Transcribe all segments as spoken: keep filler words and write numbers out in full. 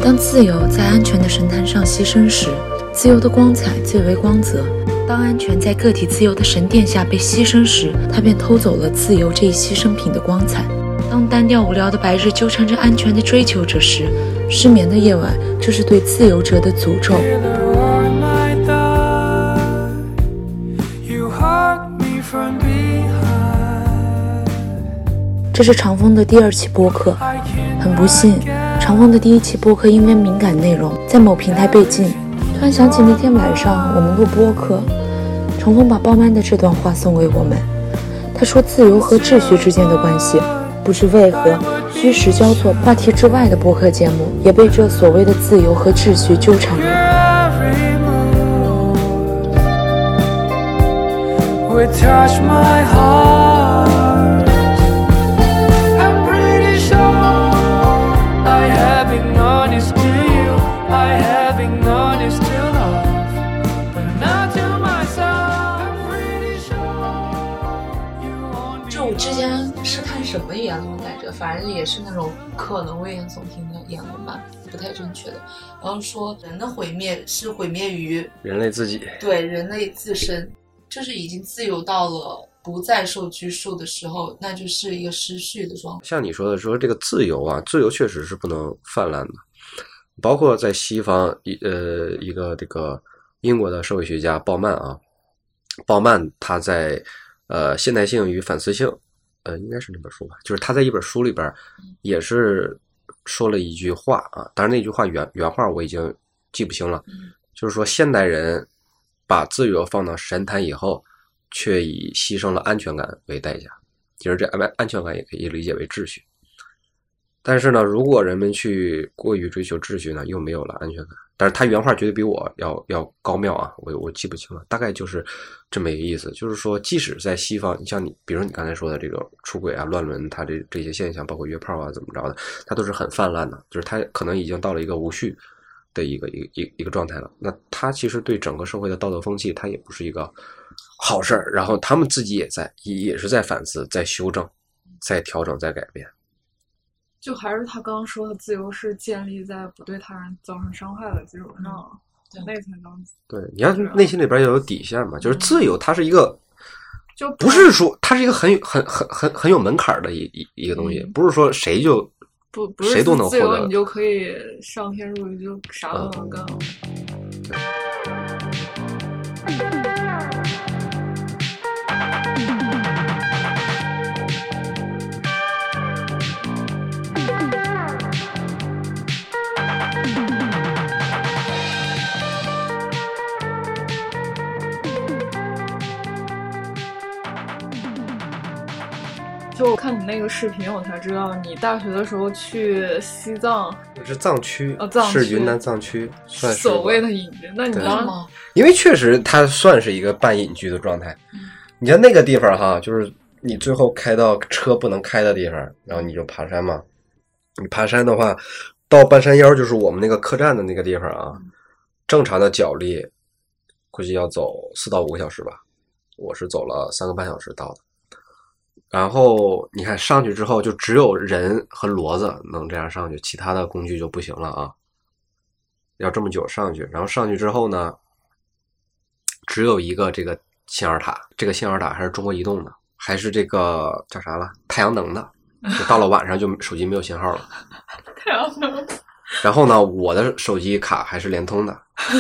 当自由在安全的神坛上牺牲时，自由的光彩最为光泽；当安全在个体自由的神殿下被牺牲时，它便偷走了自由这一牺牲品的光彩。当单调无聊的白日纠缠着安全的追求者时，失眠的夜晚就是对自由者的诅咒。这是长风的第二期播客，很不幸，长风的第一期播客因为敏感内容在某平台被禁。突然想起那天晚上我们录播客，长风把鲍曼的这段话送给我们。他说，自由和秩序之间的关系，不知为何虚实交错话题之外的播客节目也被这所谓的自由和秩序纠缠着。 就我之前是看什么言论来着，反正也是那种可能危言耸听的言论吧，不太正确的。然后说人的毁灭是毁灭于人类自己， 对人类自身，就是已经自由到了不再受拘束的时候，那就是一个失序的状态。 像你说的说这个自由啊，自由确实是不能泛滥的，包括在西方一呃一个这个英国的社会学家鲍曼啊，鲍曼他在呃现代性与反思性，呃应该是那本书吧，就是他在一本书里边也是说了一句话啊，当然那句话原原话我已经记不清了，就是说现代人把自由放到神坛以后，却以牺牲了安全感为代价。其实这安全感也可以理解为秩序。但是呢，如果人们去过于追求秩序呢，又没有了安全感。但是他原话绝对比我要要高妙啊，我我记不清了，大概就是这么一个意思。就是说，即使在西方，你像你，比如你刚才说的这个出轨啊、乱伦，它这这些现象，包括约炮啊怎么着的，它都是很泛滥的，就是它可能已经到了一个无序的一个一个一一个状态了。那它其实对整个社会的道德风气，它也不是一个好事儿。然后他们自己也在也是在反思、在修正、在调整、在改变。 就还是他刚刚说的，自由是建立在不对他人造成伤害的基础上，嗯、那才能对。你要内心里边要有底线嘛，就是自由，它是一个， 就不是说它是一个很很很很很有门槛的一一一个东西，不是说谁就不不是谁都能获得， 你就可以上天入地，就啥都能干。 嗯对就我看你那个视频，我才知道你大学的时候去西藏， 是藏区， 哦、藏区是云南藏区，算是所谓的隐居。那你当吗？ 因为确实它算是一个半隐居的状态。嗯、你像那个地方哈，就是你最后开到车不能开的地方，然后你就爬山嘛。你爬山的话，到半山腰就是我们那个客栈的那个地方啊，嗯、正常的脚力估计要走四到五个小时吧，我是走了三个半小时到的。然后你看上去之后，就只有人和骡子能这样上去，其他的工具就不行了啊。要这么久上去，然后上去之后呢，只有一个这个信号塔，这个信号塔还是中国移动的，还是这个叫啥了，太阳能的，就到了晚上就手机没有信号了。 太阳能。 然后呢，我的手机卡还是联通的。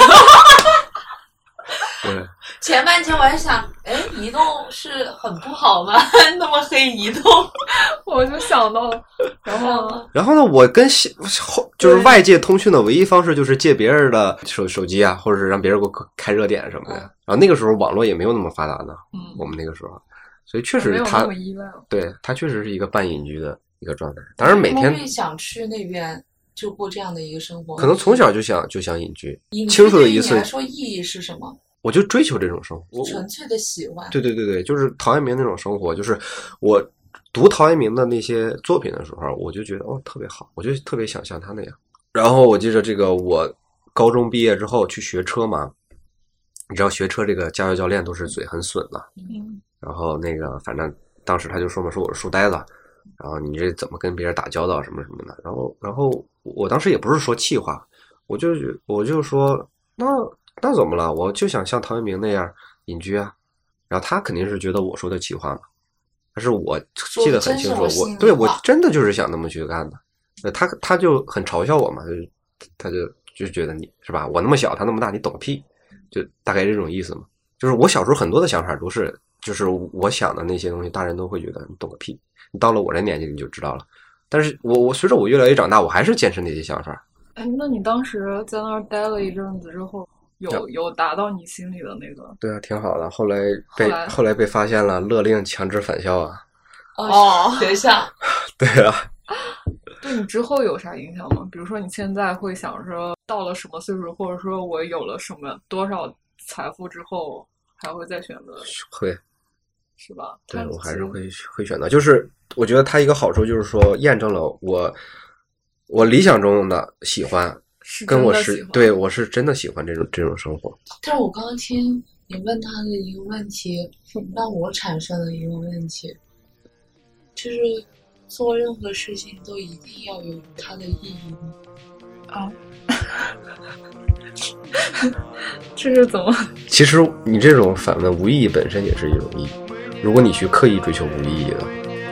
对， 前半天我还想，哎，移动是很不好吗？那么黑移动， 我就想到了。然后呢？ 然后呢？我跟就是外界通讯的唯一方式就是借别人的手手机啊，或者是让别人给我开热点什么的。嗯、然后那个时候网络也没有那么发达呢，嗯、我们那个时候，所以确实他对他确实是一个半隐居的一个状态。当然每天想去那边就过这样的一个生活， 可能从小就想就想隐居。 隐居清楚的意思， 对你来说意义是什么？ 我就追求这种生活， 纯粹的喜欢。 对对对对，就是陶渊明那种生活。就是我读陶渊明的那些作品的时候，我就觉得哦特别好，我就特别想像他那样。然后我记得这个，我高中毕业之后去学车嘛，你知道学车这个驾校教练都是嘴很损的，嗯，然后那个反正当时他就说嘛，说我是书呆子， 然后你这怎么跟别人打交道什么什么的。然后然后我当时也不是说气话，我就我就说那那怎么了？我就想像陶渊明那样隐居啊。然后他肯定是觉得我说的气话嘛，但是我记得很清楚，我, 我对我真的就是想那么去干的。他他就很嘲笑我嘛，他就就觉得你是吧？我那么小，他那么大，你懂个屁？就大概这种意思嘛。就是我小时候很多的想法都是，就是我想的那些东西，大人都会觉得你懂个屁。你到了我这年纪，你就知道了。但是我我随着我越来越长大，我还是坚持那些想法。 哎，那你当时在那儿待了一阵子之后，有有达到你心里的那个？ 对啊，挺好的。后来被后来, 后来被发现了，勒令强制返校啊。 哦，学校。 对啊。 对你之后有啥影响吗？比如说你现在会想说到了什么岁数，或者说我有了什么多少财富之后，还会再选择？ 会， 是吧？ 对，我还是会会选择。就是我觉得它一个好处就是说，验证了我我理想中的喜欢，跟我是对我是真的喜欢这种这种生活。 但是我刚刚听你问他的一个问题，让我产生了一个问题，就是做任何事情都一定要有它的意义吗？ 啊，这是怎么？ 其实你这种反问无意义本身也是一种意义，如果你去刻意追求无意义的。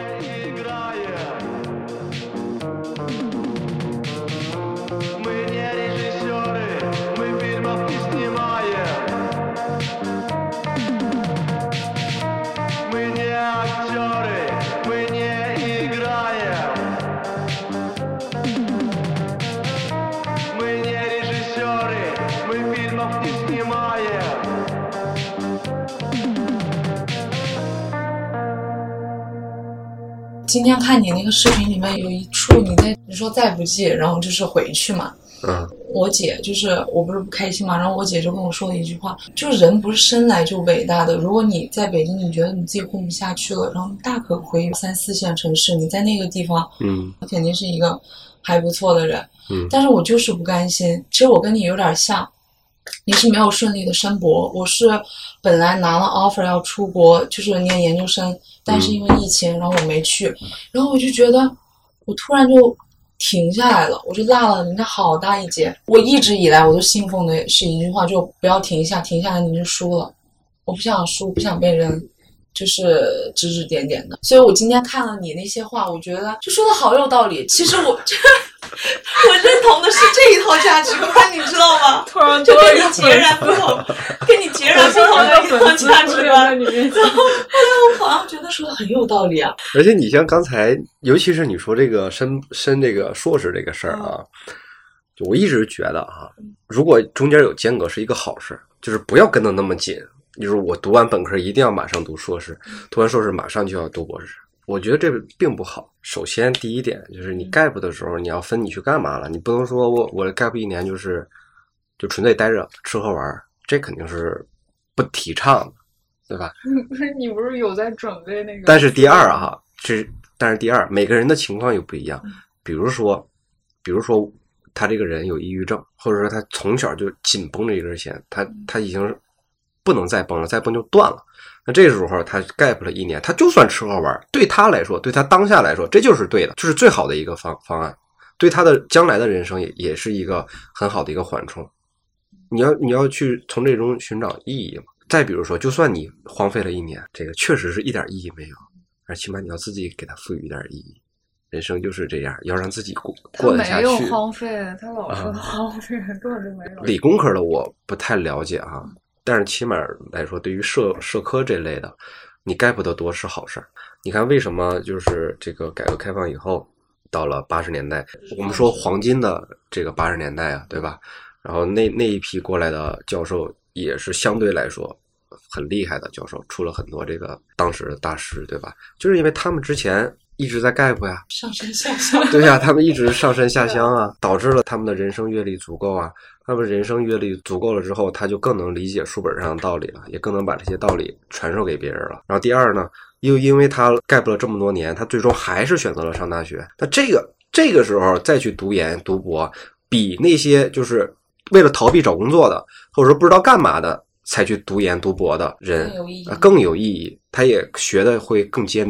今天看你那个视频里面有一处你在你说再不济，然后就是回去嘛。 嗯， 我姐就是我不是不开心嘛，然后我姐就跟我说了一句话，就是人不是生来就伟大的。如果你在北京，你觉得你自己混不下去了，然后大可回三四线城市，你在那个地方， 嗯， 肯定是一个还不错的人。 嗯， 但是我就是不甘心。其实我跟你有点像，你是没有顺利的申博，我是本来拿了 offer 要出国，就是念研究生。但是因为疫情，然后我没去，然后我就觉得我突然就停下来了，我就落了人家好大一截。我一直以来我都信奉的是一句话，就不要停下，停下来你就输了。我不想输，不想被人就是指指点点的。所以我今天看了你那些话，我觉得就说的好有道理。其实我我认同的是这一套价值观，你知道吗？ 突然就跟你截然不同，跟你截然不同的一套价值观。然后我好像觉得说的很有道理啊。 而且你像刚才，尤其是你说这个申申这个硕士这个事儿啊，嗯、就我一直觉得啊，如果中间有间隔是一个好事，就是不要跟得那么紧。就是我读完本科一定要马上读硕士，读完硕士马上就要读博士。我觉得这并不好。首先第一点就是你 gap 的时候你要分你去干嘛了，你不能说我我 gap 一年就是就纯粹待着吃喝玩，这肯定是不提倡的，对吧？ 不是你不是有在准备那个？ 但是第二啊，是但是第二每个人的情况又不一样。比如说比如说他这个人有抑郁症，或者说他从小就紧绷着一根弦，他他已经不能再绷了，再绷就断了。那这时候他 gap 了一年，他就算吃喝玩，对他来说，对他当下来说，这就是对的，就是最好的一个方方案，对他的将来的人生也也是一个很好的一个缓冲。你要你要去从这中寻找意义嘛。再比如说，就算你荒废了一年，这个确实是一点意义没有，而起码你要自己给他赋予一点意义。人生就是这样，要让自己过过得下去。 他没有荒废，他老说荒废，根本就没有。 理工科的我不太了解啊。但是起码来说，对于社社科这类的，你 gap 的多是好事儿。你看为什么就是这个改革开放以后，到了八十年代，我们说黄金的这个八十年代啊，对吧？然后那那一批过来的教授也是相对来说很厉害的教授，出了很多这个当时的大师，对吧？就是因为他们之前一直在 gap 呀， 上山下乡。 对呀，他们一直上山下乡啊，导致了他们的人生阅历足够啊。他们人生阅历足够了之后，他就更能理解书本上的道理了，也更能把这些道理传授给别人了。然后第二呢，又因为他 gap 了这么多年，他最终还是选择了上大学。那这个这个时候再去读研读博，比那些就是为了逃避找工作的，或者说不知道干嘛的才去读研读博的人更有意义， 呃、更有意义。他也学的会更坚定。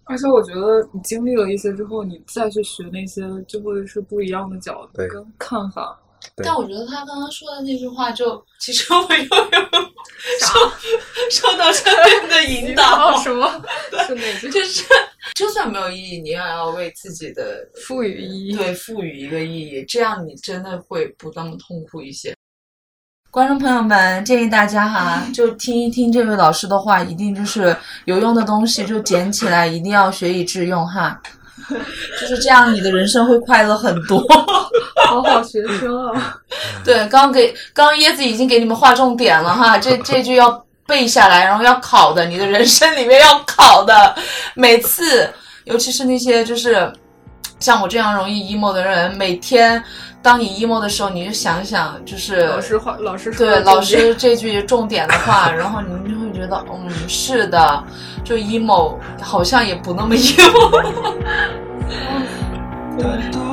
而且我觉得你经历了一些之后，你再去学那些，就会是不一样的角度跟看法。 但我觉得他刚刚说的那句话就，就其实我又有受受到这边的引导。 什么？是哪句？ 就是就算没有意义，你也要为自己的赋予意义， 对，赋予一个意义，这样你真的会不那么痛苦一些。观众朋友们，建议大家哈，就听一听这位老师的话，一定就是有用的东西就捡起来，一定要学以致用哈。就是这样，你的人生会快乐很多。 好好学生啊！ 对，刚给刚椰子已经给你们划重点了哈，这这句要背下来，然后要考的，你的人生里面要考的，每次，尤其是那些就是像我这样容易 emo 的人，每天当你 emo 的时候，你就想想，就是老师话，老师说对老师这句重点的话，然后你就会觉得，嗯，是的，就 emo 好像也不那么 emo。对。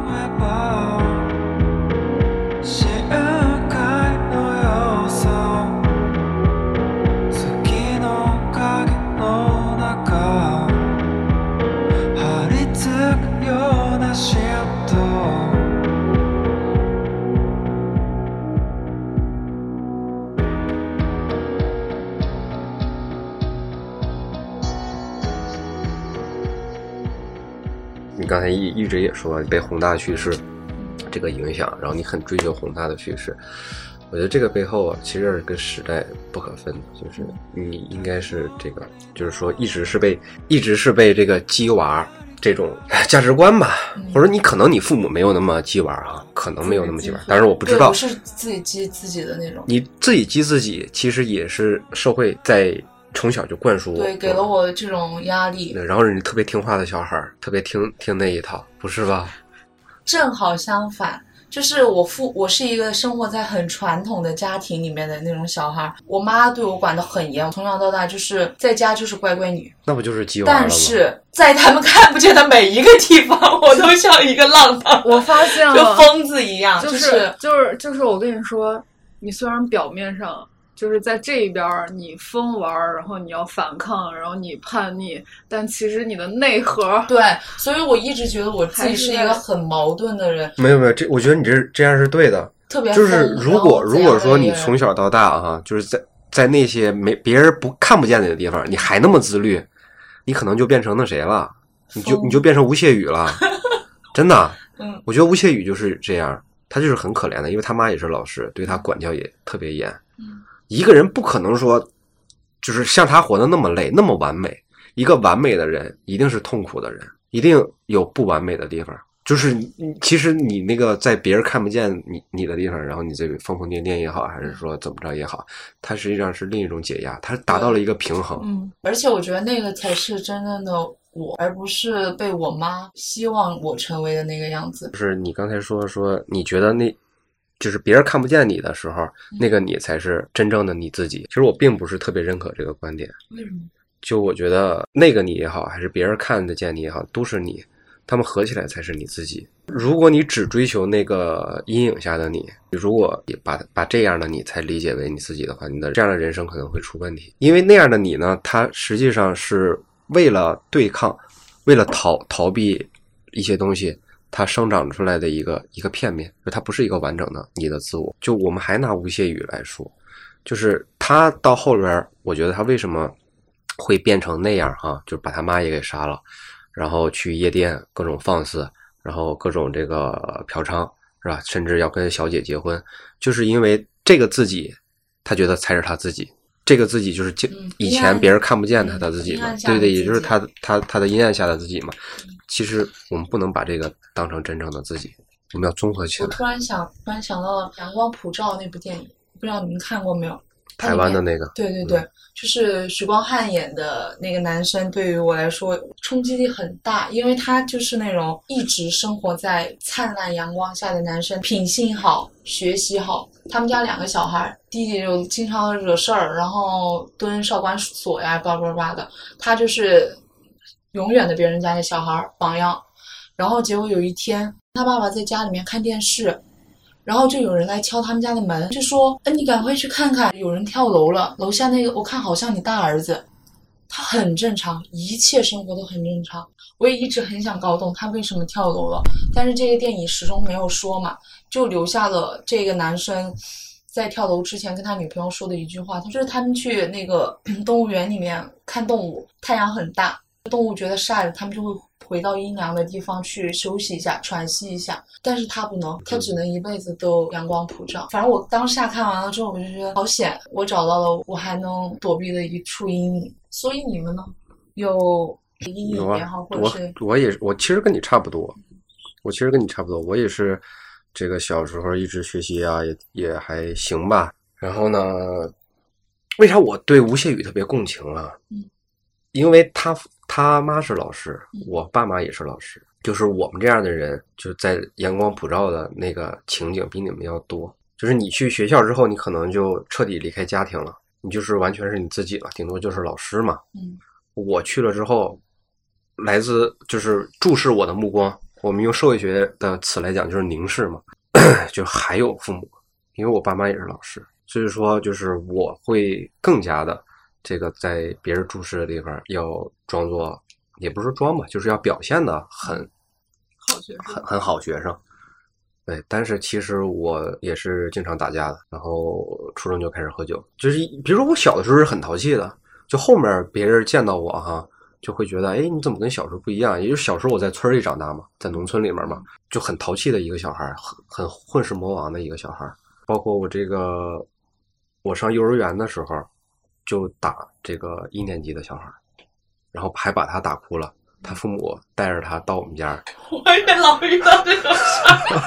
你刚才一一直也说被宏大叙事这个影响，然后你很追求宏大的叙事，我觉得这个背后啊，其实是跟时代不可分的，就是你应该是这个，就是说一直是被一直是被这个鸡娃这种价值观吧，或者你可能你父母没有那么鸡娃啊，可能没有那么鸡娃，但是我不知道， 不是自己激自己的那种， 你自己激自己，其实也是社会在从小就灌输我， 对，给了我这种压力。 对，然后你特别听话的小孩，特别听听那一套，不是吧？ 正好相反，就是我父，我是一个生活在很传统的家庭里面的那种小孩，我妈对我管得很严，从小到大就是在家就是乖乖女。 那不就是鸡娃了吗？ 但是在他们看不见的每一个地方，我都像一个浪荡， 我发现了， 就疯子一样， 就是就是就是我跟你说，你虽然表面上就是在这一边你疯玩，然后你要反抗，然后你叛逆，但其实你的内核， 对，所以我一直觉得我自己是一个很矛盾的人。 没有没有，这我觉得你这这样是对的， 特别就是如果如果说你从小到大哈、啊，就是在在那些没别人不看不见你的地方，你还那么自律，你可能就变成那谁了，你就你就变成吴谢宇了，真的。 嗯， 我觉得吴谢宇就是这样，他就是很可怜的，因为他妈也是老师，对他管教也特别严。 嗯。 一个人不可能说就是像他活得那么累那么完美，一个完美的人一定是痛苦的人，一定有不完美的地方，就是其实你那个在别人看不见你你的地方，然后你这个疯疯癫癫也好，还是说怎么着也好，它实际上是另一种解压，它达到了一个平衡。 嗯，而且我觉得那个才是真正的我，而不是被我妈希望我成为的那个样子。 就是你刚才说说你觉得那就是别人看不见你的时候、嗯、那个你才是真正的你自己。其实我并不是特别认可这个观点。 为什么？就我觉得那个你也好，还是别人看得见你也好，都是你，他们合起来才是你自己。如果你只追求那个阴影下的你，如果把把这样的你才理解为你自己的话，你的这样的人生可能会出问题。因为那样的你呢，它实际上是为了对抗，为了逃逃避一些东西，它生长出来的一个一个片面，它不是一个完整的你的自我。就我们还拿吴谢宇来说，就是他到后边，我觉得他为什么会变成那样哈，就把他妈也给杀了，然后去夜店各种放肆，然后各种这个嫖娼，是吧？甚至要跟小姐结婚，就是因为这个自己，他觉得才是他自己。这个自己就是以前别人看不见他的自己嘛，对对，也就是他他他的阴暗下的自己嘛。其实我们不能把这个当成真正的自己，我们要综合起来。 我突然想，突然想到《阳光普照》那部电影，不知道你们看过没有？ 台湾的那个。 对对对，嗯、就是许光汉演的那个男生，对于我来说冲击力很大，因为他就是那种一直生活在灿烂阳光下的男生，品性好，学习好。他们家两个小孩，弟弟就经常惹事儿，然后蹲少管所呀，叭叭叭的。他就是永远的别人家的小孩榜样。然后结果有一天，他爸爸在家里面看电视，然后就有人来敲他们家的门，就说：“哎，你赶快去看看，有人跳楼了，楼下那个我看好像你大儿子。” 他很正常，一切生活都很正常。我也一直很想搞懂他为什么跳楼了，但是这个电影始终没有说嘛，就留下了这个男生在跳楼之前跟他女朋友说的一句话，他说他们去那个动物园里面看动物，太阳很大，动物觉得晒了，他们就会回到阴凉的地方去休息一下喘息一下，但是他不能，他只能一辈子都阳光普照。反正我当下看完了之后我就觉得好险，我找到了我还能躲避的一处阴影。所以你们呢，有阴影也好，或者是我我也我其实跟你差不多，我其实跟你差不多，我也是这个小时候一直学习啊，也也还行吧。然后呢，为啥我对吴谢宇特别共情啊？嗯，因为他他妈是老师，我爸妈也是老师，就是我们这样的人，就在阳光普照的那个情景比你们要多。就是你去学校之后，你可能就彻底离开家庭了，你就是完全是你自己了，顶多就是老师嘛。嗯，我去了之后，来自就是注视我的目光，我们用社会学的词来讲就是凝视嘛，就还有父母，因为我爸妈也是老师，所以说就是我会更加的这个在别人注视的地方要装作，也不是装吧，就是要表现的很好学生， 很很好学生。对，但是其实我也是经常打架的，然后初中就开始喝酒，就是比如说我小的时候是很淘气的，就后面别人见到我哈，就会觉得，哎，你怎么跟小时候不一样？也就是小时候我在村里长大嘛，在农村里面嘛，就很淘气的一个小孩，很很混世魔王的一个小孩。包括我这个，我上幼儿园的时候，就打这个一年级的小孩，然后还把他打哭了。他父母带着他到我们家， 我也老遇到这种事儿。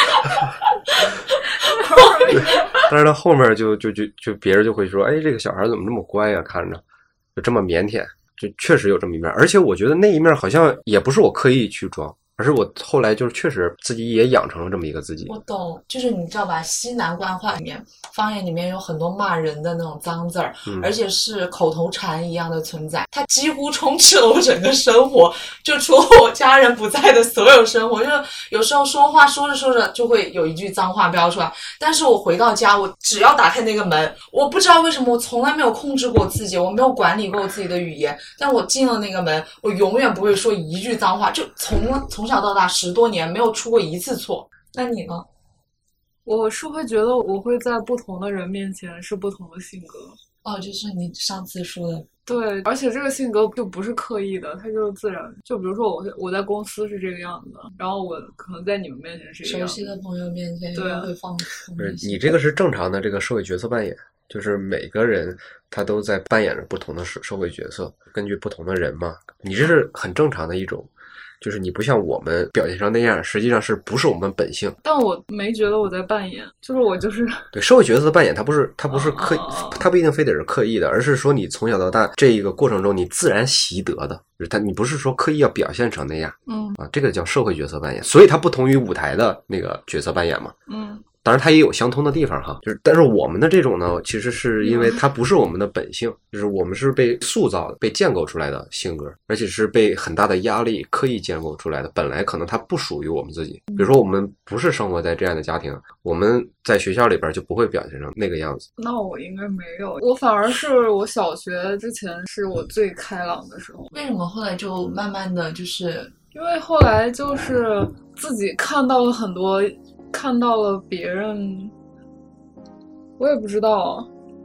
但是他后面就就就就别人就会说，哎，这个小孩怎么这么乖呀？看着就这么腼腆，就确实有这么一面。而且我觉得那一面好像也不是我刻意去装，而是我后来就是确实自己也养成了这么一个自己。 我懂，就是你知道吧，西南官话里面方言里面有很多骂人的那种脏字儿、嗯、而且是口头禅一样的存在，它几乎充斥了我整个生活，就除了我家人不在的所有生活，就是有时候说话说着说着就会有一句脏话飙出来，但是我回到家，我只要打开那个门，我不知道为什么我从来没有控制过自己，我没有管理过自己的语言，但我进了那个门，我永远不会说一句脏话，就从从小到大十多年没有出过一次错。那你呢？ 我是会觉得我会在不同的人面前是不同的性格。 哦，就是你上次说的。 对，而且这个性格就不是刻意的，它就是自然。就比如说我我在公司是这个样子的，然后我可能在你们面前是这个样子， 熟悉的朋友面前也会放松。 不是，你这个是正常的这个社会角色扮演，就是每个人他都在扮演着不同的社社会角色，根据不同的人嘛，你这是很正常的一种。就是你不像我们表现成那样，实际上是不是我们本性？ 但我没觉得我在扮演，就是我就是对社会角色的扮演，它不是它不是刻意，它不一定非得是刻意的，而是说你从小到大这一个过程中你自然习得的，就是它你不是说刻意要表现成那样，嗯啊，这个叫社会角色扮演，所以它不同于舞台的那个角色扮演嘛，嗯。当然它也有相通的地方哈，就是但是我们的这种呢，其实是因为它不是我们的本性，就是我们是被塑造、被建构出来的性格，而且是被很大的压力刻意建构出来的。本来可能它不属于我们自己，比如说我们不是生活在这样的家庭，我们在学校里边就不会表现成那个样子。 那我应该没有，我反而是我小学之前是我最开朗的时候。 为什么后来就慢慢的就是？ 因为后来就是自己看到了很多。看到了别人，我也不知道，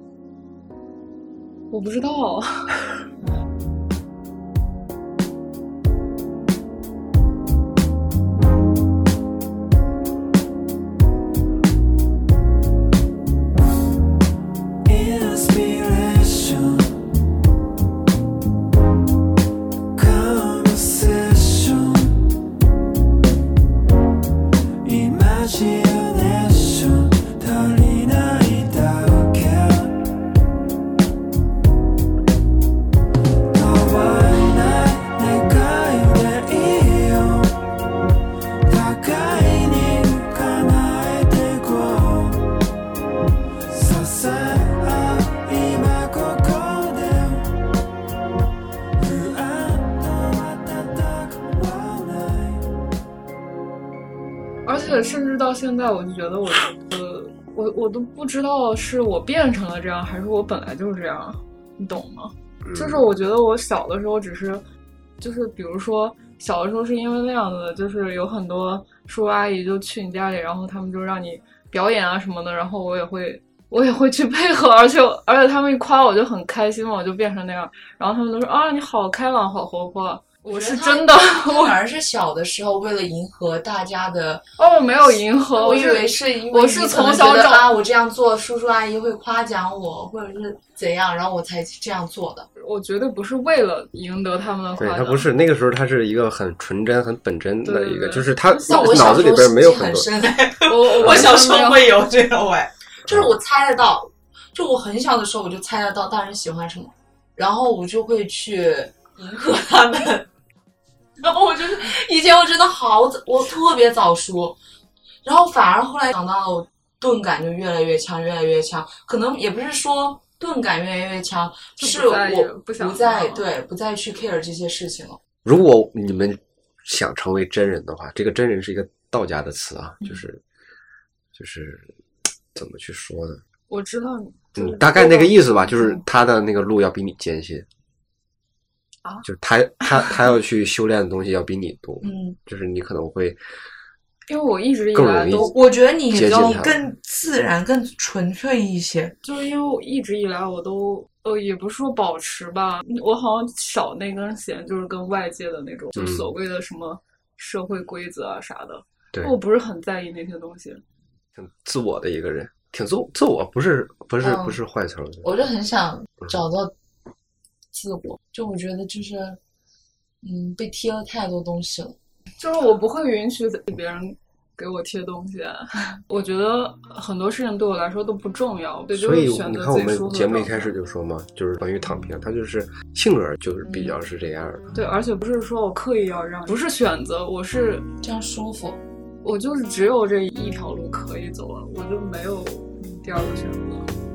我不知道。甚至到现在，我就觉得我，呃，我我都不知道是我变成了这样，还是我本来就是这样，你懂吗？ 就是我觉得我小的时候只是，就是比如说小的时候是因为那样子的，就是有很多叔叔阿姨就去你家里，然后他们就让你表演啊什么的，然后我也会我也会去配合，而且而且他们一夸我就很开心嘛，我就变成那样，然后他们都说啊你好开朗好活泼。我是真的， 我反而是小的时候为了迎合大家的哦，没有迎合， 我以为是因为我是从小长啊，我这样做，叔叔阿姨会夸奖我，或者是怎样，然后我才这样做的。 我绝对不是为了赢得他们的夸奖， 对，他不是那个时候，他是一个很纯真、很本真的一个， 对对对就是他脑子里边没有很多。 我我小时候会有这个喂，就是我猜得到，就我很小的时候我就猜得到大人喜欢什么，然后我就会去迎合他们。然后我就是以前我真的好我特别早熟，然后反而后来长大了，钝感就越来越强，越来越强。可能也不是说钝感越来越强，是我不再对不再去 care 这些事情了。 如果你们想成为真人的话，这个真人是一个道家的词啊，就是、嗯、就是怎么去说呢？ 我知道， 嗯，大概那个意思吧，就是他的那个路要比你艰辛。 啊， 就是他他他要去修炼的东西要比你多， 嗯， 就是你可能会， 因为我一直以来都， 我觉得你你更自然、更纯粹一些， 就是因为我一直以来我都呃，也不是说保持吧，我好像少那根弦，就是跟外界的那种，就所谓的什么社会规则啊啥的， 对、 嗯，我不是很在意那些东西， 挺自我的一个人，挺自自我，不是不是、嗯、不是坏词， 我就很想找到。自我就我觉得就是嗯被贴了太多东西了， 就是我不会允许别人给我贴东西，我觉得很多事情对我来说都不重要，对， 所以就是选择你看我们节目一开始就说嘛，就是关于躺平，他就是性格就是比较是这样的、 嗯、对，而且不是说我刻意要让，不是选择，我是这样舒服， 我就是只有这一条路可以走了，我就没有第二个选择。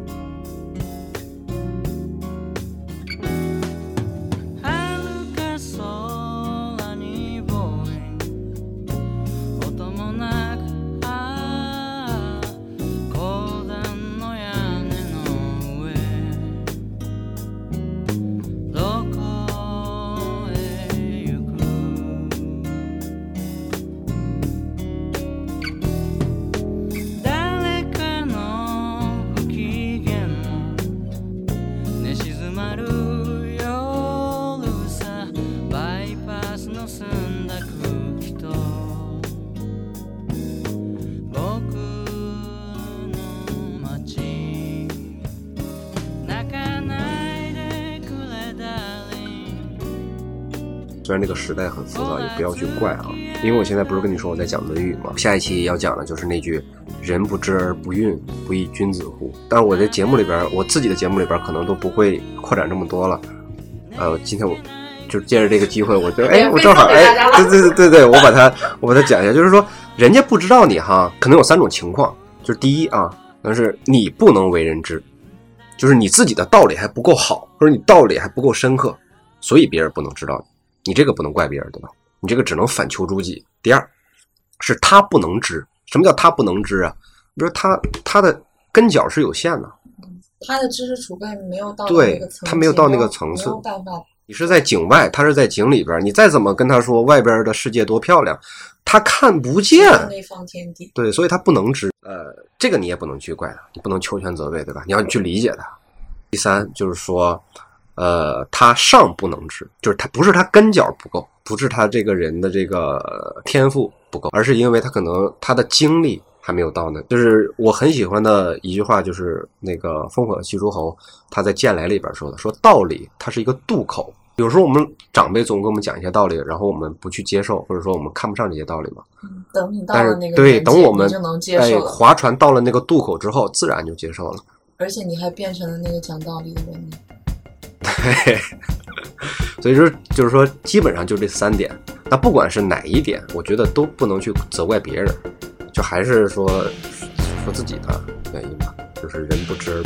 虽然这个时代很浮躁，也不要去怪啊，因为我现在不是跟你说我在讲《论语》吗？下一期要讲的就是那句“人不知而不愠，不亦君子乎”。但是我在节目里边，我自己的节目里边可能都不会扩展这么多了。呃，今天我就借着这个机会，我就哎，我正好哎，对对对对对，我把它我把它讲一下，就是说人家不知道你哈，可能有三种情况，就是第一啊，那是你不能为人知，就是你自己的道理还不够好，或者你道理还不够深刻，所以别人不能知道你。你这个不能怪别人，对吧？你这个只能反求诸己。第二，是他不能知。什么叫他不能知啊？比如他他的根脚是有限的， 他的知识储备没有到对那个层次， 他没有到那个层次， 没有办法。 你是在井外，他是在井里边，你再怎么跟他说外边的世界多漂亮，他看不见。 内方天地。 对，所以他不能知。呃，这个你也不能去怪他，你不能求全责备，对吧？你要去理解他。第三就是说。呃，他尚不能知，就是他不是他根脚不够，不是他这个人的这个天赋不够，而是因为他可能他的精力还没有到呢。就是我很喜欢的一句话，就是那个烽火戏诸侯他在《剑来》里边说的，说道理它是一个渡口。有时候我们长辈总跟我们讲一些道理，然后我们不去接受，或者说我们看不上这些道理嘛。 嗯、等你到了那个对，等我们就能接受了。 哎，划船到了那个渡口之后，自然就接受了。 而且你还变成了那个讲道理的人。 对，所以说就是说，基本上就这三点。那不管是哪一点，我觉得都不能去责怪别人，就还是说说自己的原因吧，就是人不知而不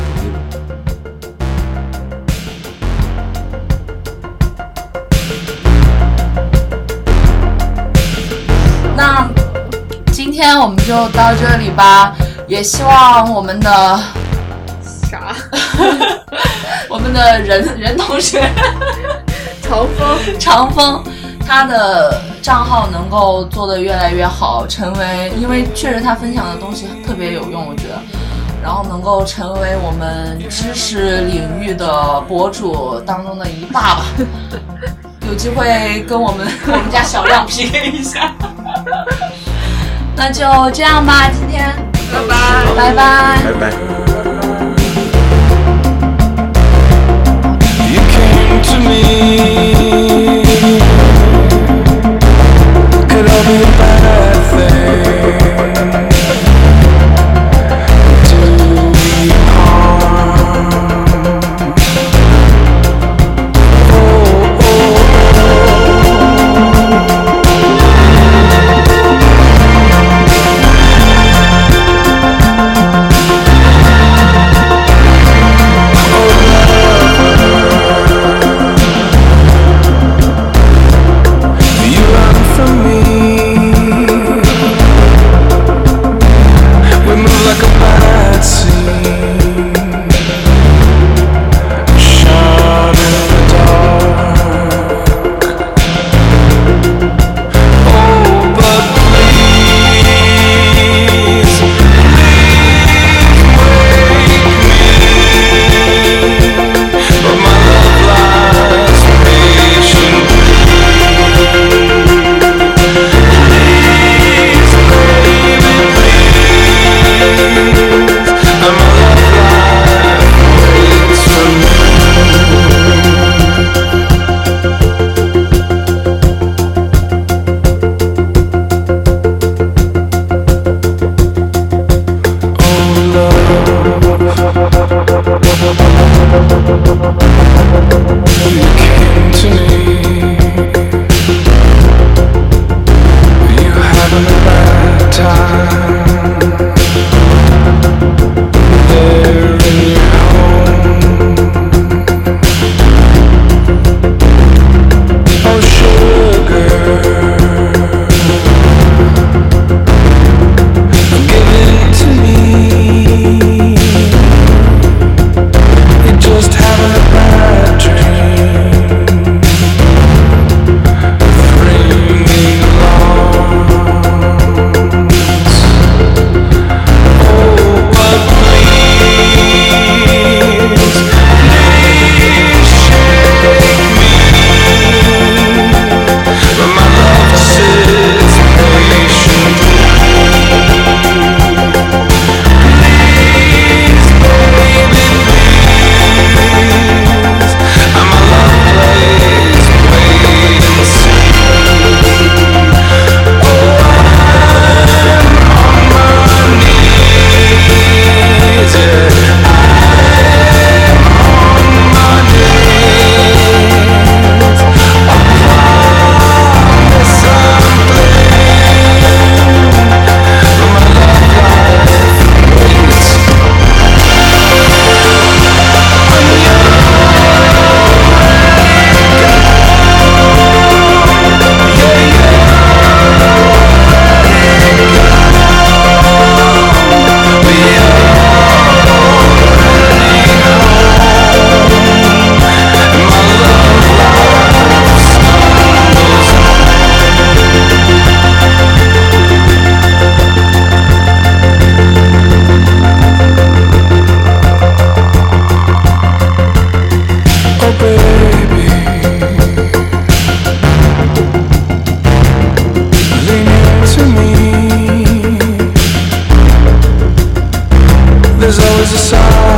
愠。那今天我们就到这里吧，也希望我们的啥？ 我们的任任同学， 长风， 长风，他的账号能够做得越来越好，成为，因为确实他分享的东西特别有用，我觉得，然后能够成为我们知识领域的博主当中的一霸吧。有机会跟我们我们家小亮 P K 一下。那就这样吧，今天拜拜， 拜拜， 拜拜。 You came to me, could all be a bad thing, do me harm. Oh, oh, there's always a side